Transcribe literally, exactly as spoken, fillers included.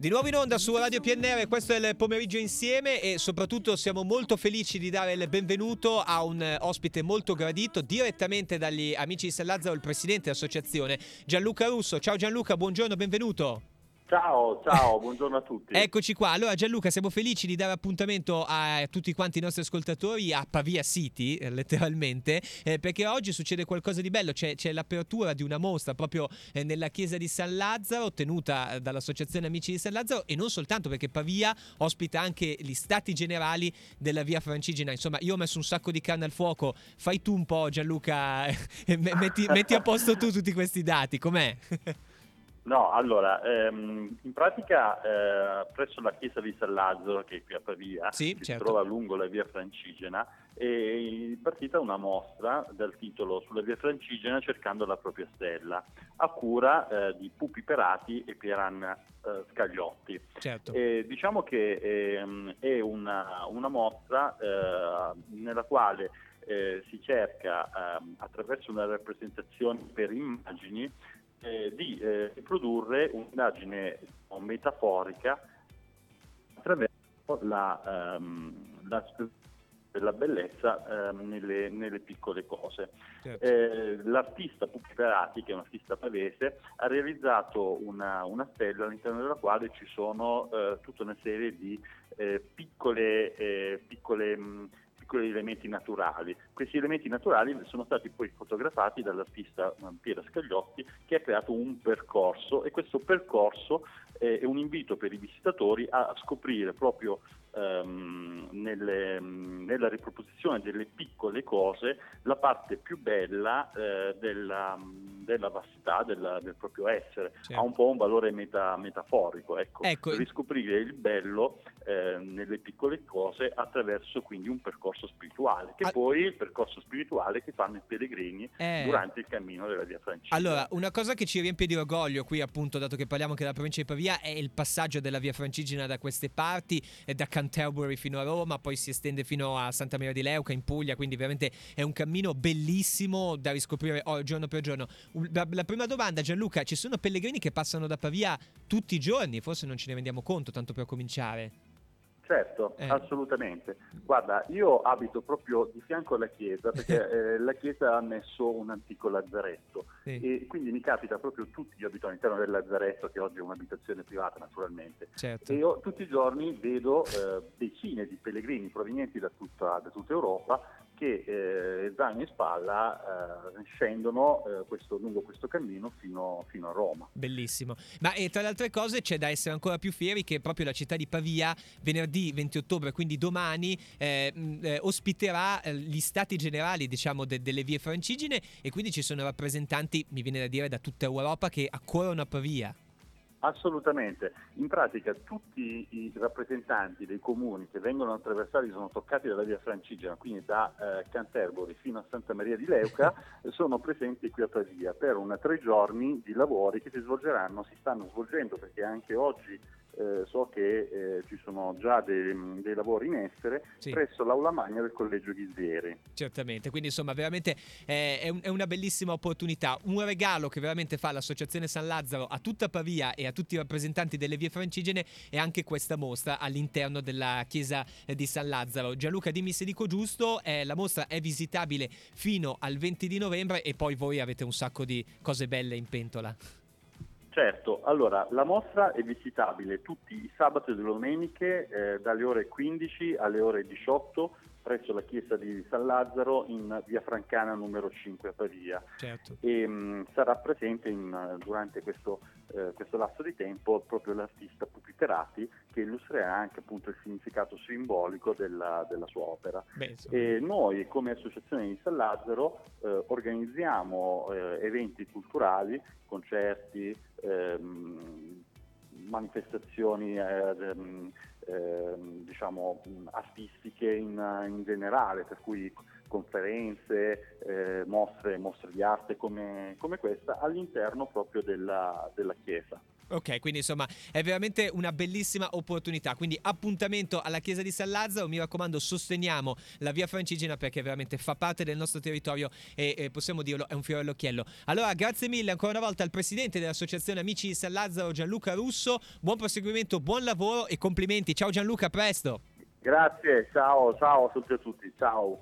Di nuovo in onda su Radio P N R, questo è il pomeriggio insieme e soprattutto siamo molto felici di dare il benvenuto a un ospite molto gradito direttamente dagli amici di San Lazzaro, il presidente dell'associazione Gianluca Russo. Ciao Gianluca, buongiorno, benvenuto. Ciao, ciao, buongiorno a tutti. Eccoci qua. Allora Gianluca, siamo felici di dare appuntamento a tutti quanti i nostri ascoltatori a Pavia City, eh, letteralmente, eh, perché oggi succede qualcosa di bello. C'è, c'è l'apertura di una mostra proprio eh, nella chiesa di San Lazzaro, tenuta dall'associazione Amici di San Lazzaro, e non soltanto, perché Pavia ospita anche gli stati generali della Via Francigena. Insomma, io ho messo un sacco di carne al fuoco. Fai tu un po', Gianluca, metti, metti a posto tu tutti questi dati, com'è? No, allora, ehm, in pratica eh, presso la chiesa di San Lazzaro, che è qui a Pavia, Sì, che certo. si trova lungo la via Francigena, è partita una mostra dal titolo Sulla via Francigena cercando la propria stella, a cura eh, di Pupi Perati e Pieran eh, Scagliotti. Certo. E diciamo che ehm, è una, una mostra eh, nella quale eh, si cerca ehm, attraverso una rappresentazione per immagini Eh, di eh, riprodurre un'indagine metaforica attraverso la, ehm, la della bellezza ehm, nelle, nelle piccole cose. Certo. Eh, l'artista Pupi Perati, che è un artista pavese, ha realizzato una, una stella all'interno della quale ci sono eh, tutta una serie di eh, piccole, eh, piccole mh, piccoli elementi naturali. Questi elementi naturali sono stati poi fotografati dall'artista Piera Scagliotti, che ha creato un percorso, e questo percorso eh, è un invito per i visitatori a scoprire proprio ehm, nelle, nella riproposizione delle piccole cose la parte più bella eh, della, della vastità della, del proprio essere. Certo. Ha un po' un valore meta, metaforico, ecco, Ecco. per riscoprire il bello eh, nelle piccole cose attraverso quindi un percorso spirituale, che Ah. poi è il percorso spirituale che fanno i pellegrini Eh. durante il cammino della via Francigena. Allora, una cosa che ci riempie di orgoglio qui, appunto, dato che parliamo anche della provincia di Pavia, è il passaggio della via Francigena da queste parti, e da Canterbury fino a Roma, poi si estende fino a Santa Maria di Leuca in Puglia, quindi veramente è un cammino bellissimo da riscoprire oh, giorno per giorno. La, la prima domanda, Gianluca: ci sono pellegrini che passano da Pavia tutti i giorni? Forse non ce ne rendiamo conto, tanto per cominciare. Certo, Eh. assolutamente. Guarda, io abito proprio di fianco alla chiesa, perché eh, la chiesa ha messo un antico lazzaretto, Sì. e quindi mi capita proprio, tutti io abito all'interno del lazzaretto, che oggi è un'abitazione privata naturalmente, Certo. e io tutti i giorni vedo eh, decine di pellegrini provenienti da tutta, da tutta Europa che eh, zaino in spalla eh, scendono eh, questo, lungo questo cammino fino, fino a Roma. Bellissimo. Ma e tra le altre cose c'è da essere ancora più fieri che proprio la città di Pavia venerdì venti ottobre, quindi domani, eh, mh, eh, ospiterà eh, gli stati generali, diciamo, de- delle vie francigene, e quindi ci sono rappresentanti, mi viene da dire, da tutta Europa che accorrono a Pavia. Assolutamente, in pratica tutti i rappresentanti dei comuni che vengono attraversati, sono toccati dalla via Francigena, quindi da eh, Canterbury fino a Santa Maria di Leuca, sono presenti qui a Pavia per una tre giorni di lavori che si svolgeranno, si stanno svolgendo, perché anche oggi eh, so che eh, ci sono già dei, dei lavori in essere, Sì. presso l'Aula Magna del Collegio Ghislieri. Certamente, quindi insomma veramente eh, è, un- è una bellissima opportunità, un regalo che veramente fa l'Associazione San Lazzaro a tutta Pavia e a tutti i rappresentanti delle vie francigene, e anche questa mostra all'interno della chiesa eh, di San Lazzaro. Gianluca, dimmi se dico giusto, eh, la mostra è visitabile fino al venti di novembre, e poi voi avete un sacco di cose belle in pentola. Certo, allora la mostra è visitabile tutti i sabati e le domeniche eh, dalle ore quindici alle ore diciotto presso la chiesa di San Lazzaro in via Francana numero cinque a Pavia. Certo. E mh, sarà presente in, durante questo, eh, questo lasso di tempo proprio l'artista Pupi Perati, che illustrerà anche appunto il significato simbolico della, della sua opera. Beh, insomma. E noi come associazione di San Lazzaro eh, organizziamo eh, eventi culturali, concerti, ehm, manifestazioni eh, eh, diciamo artistiche in, in generale, per cui conferenze, eh, mostre, mostre di arte come, come questa all'interno proprio della, della chiesa. Ok, quindi insomma è veramente una bellissima opportunità. Quindi appuntamento alla chiesa di San Lazzaro. Mi raccomando, sosteniamo la via Francigena perché veramente fa parte del nostro territorio e, e possiamo dirlo, è un fiore all'occhiello. Allora, grazie mille ancora una volta al presidente dell'Associazione Amici di San Lazzaro, Gianluca Russo. Buon proseguimento, buon lavoro e complimenti. Ciao Gianluca, a presto. Grazie, ciao, ciao a tutti e a tutti, ciao.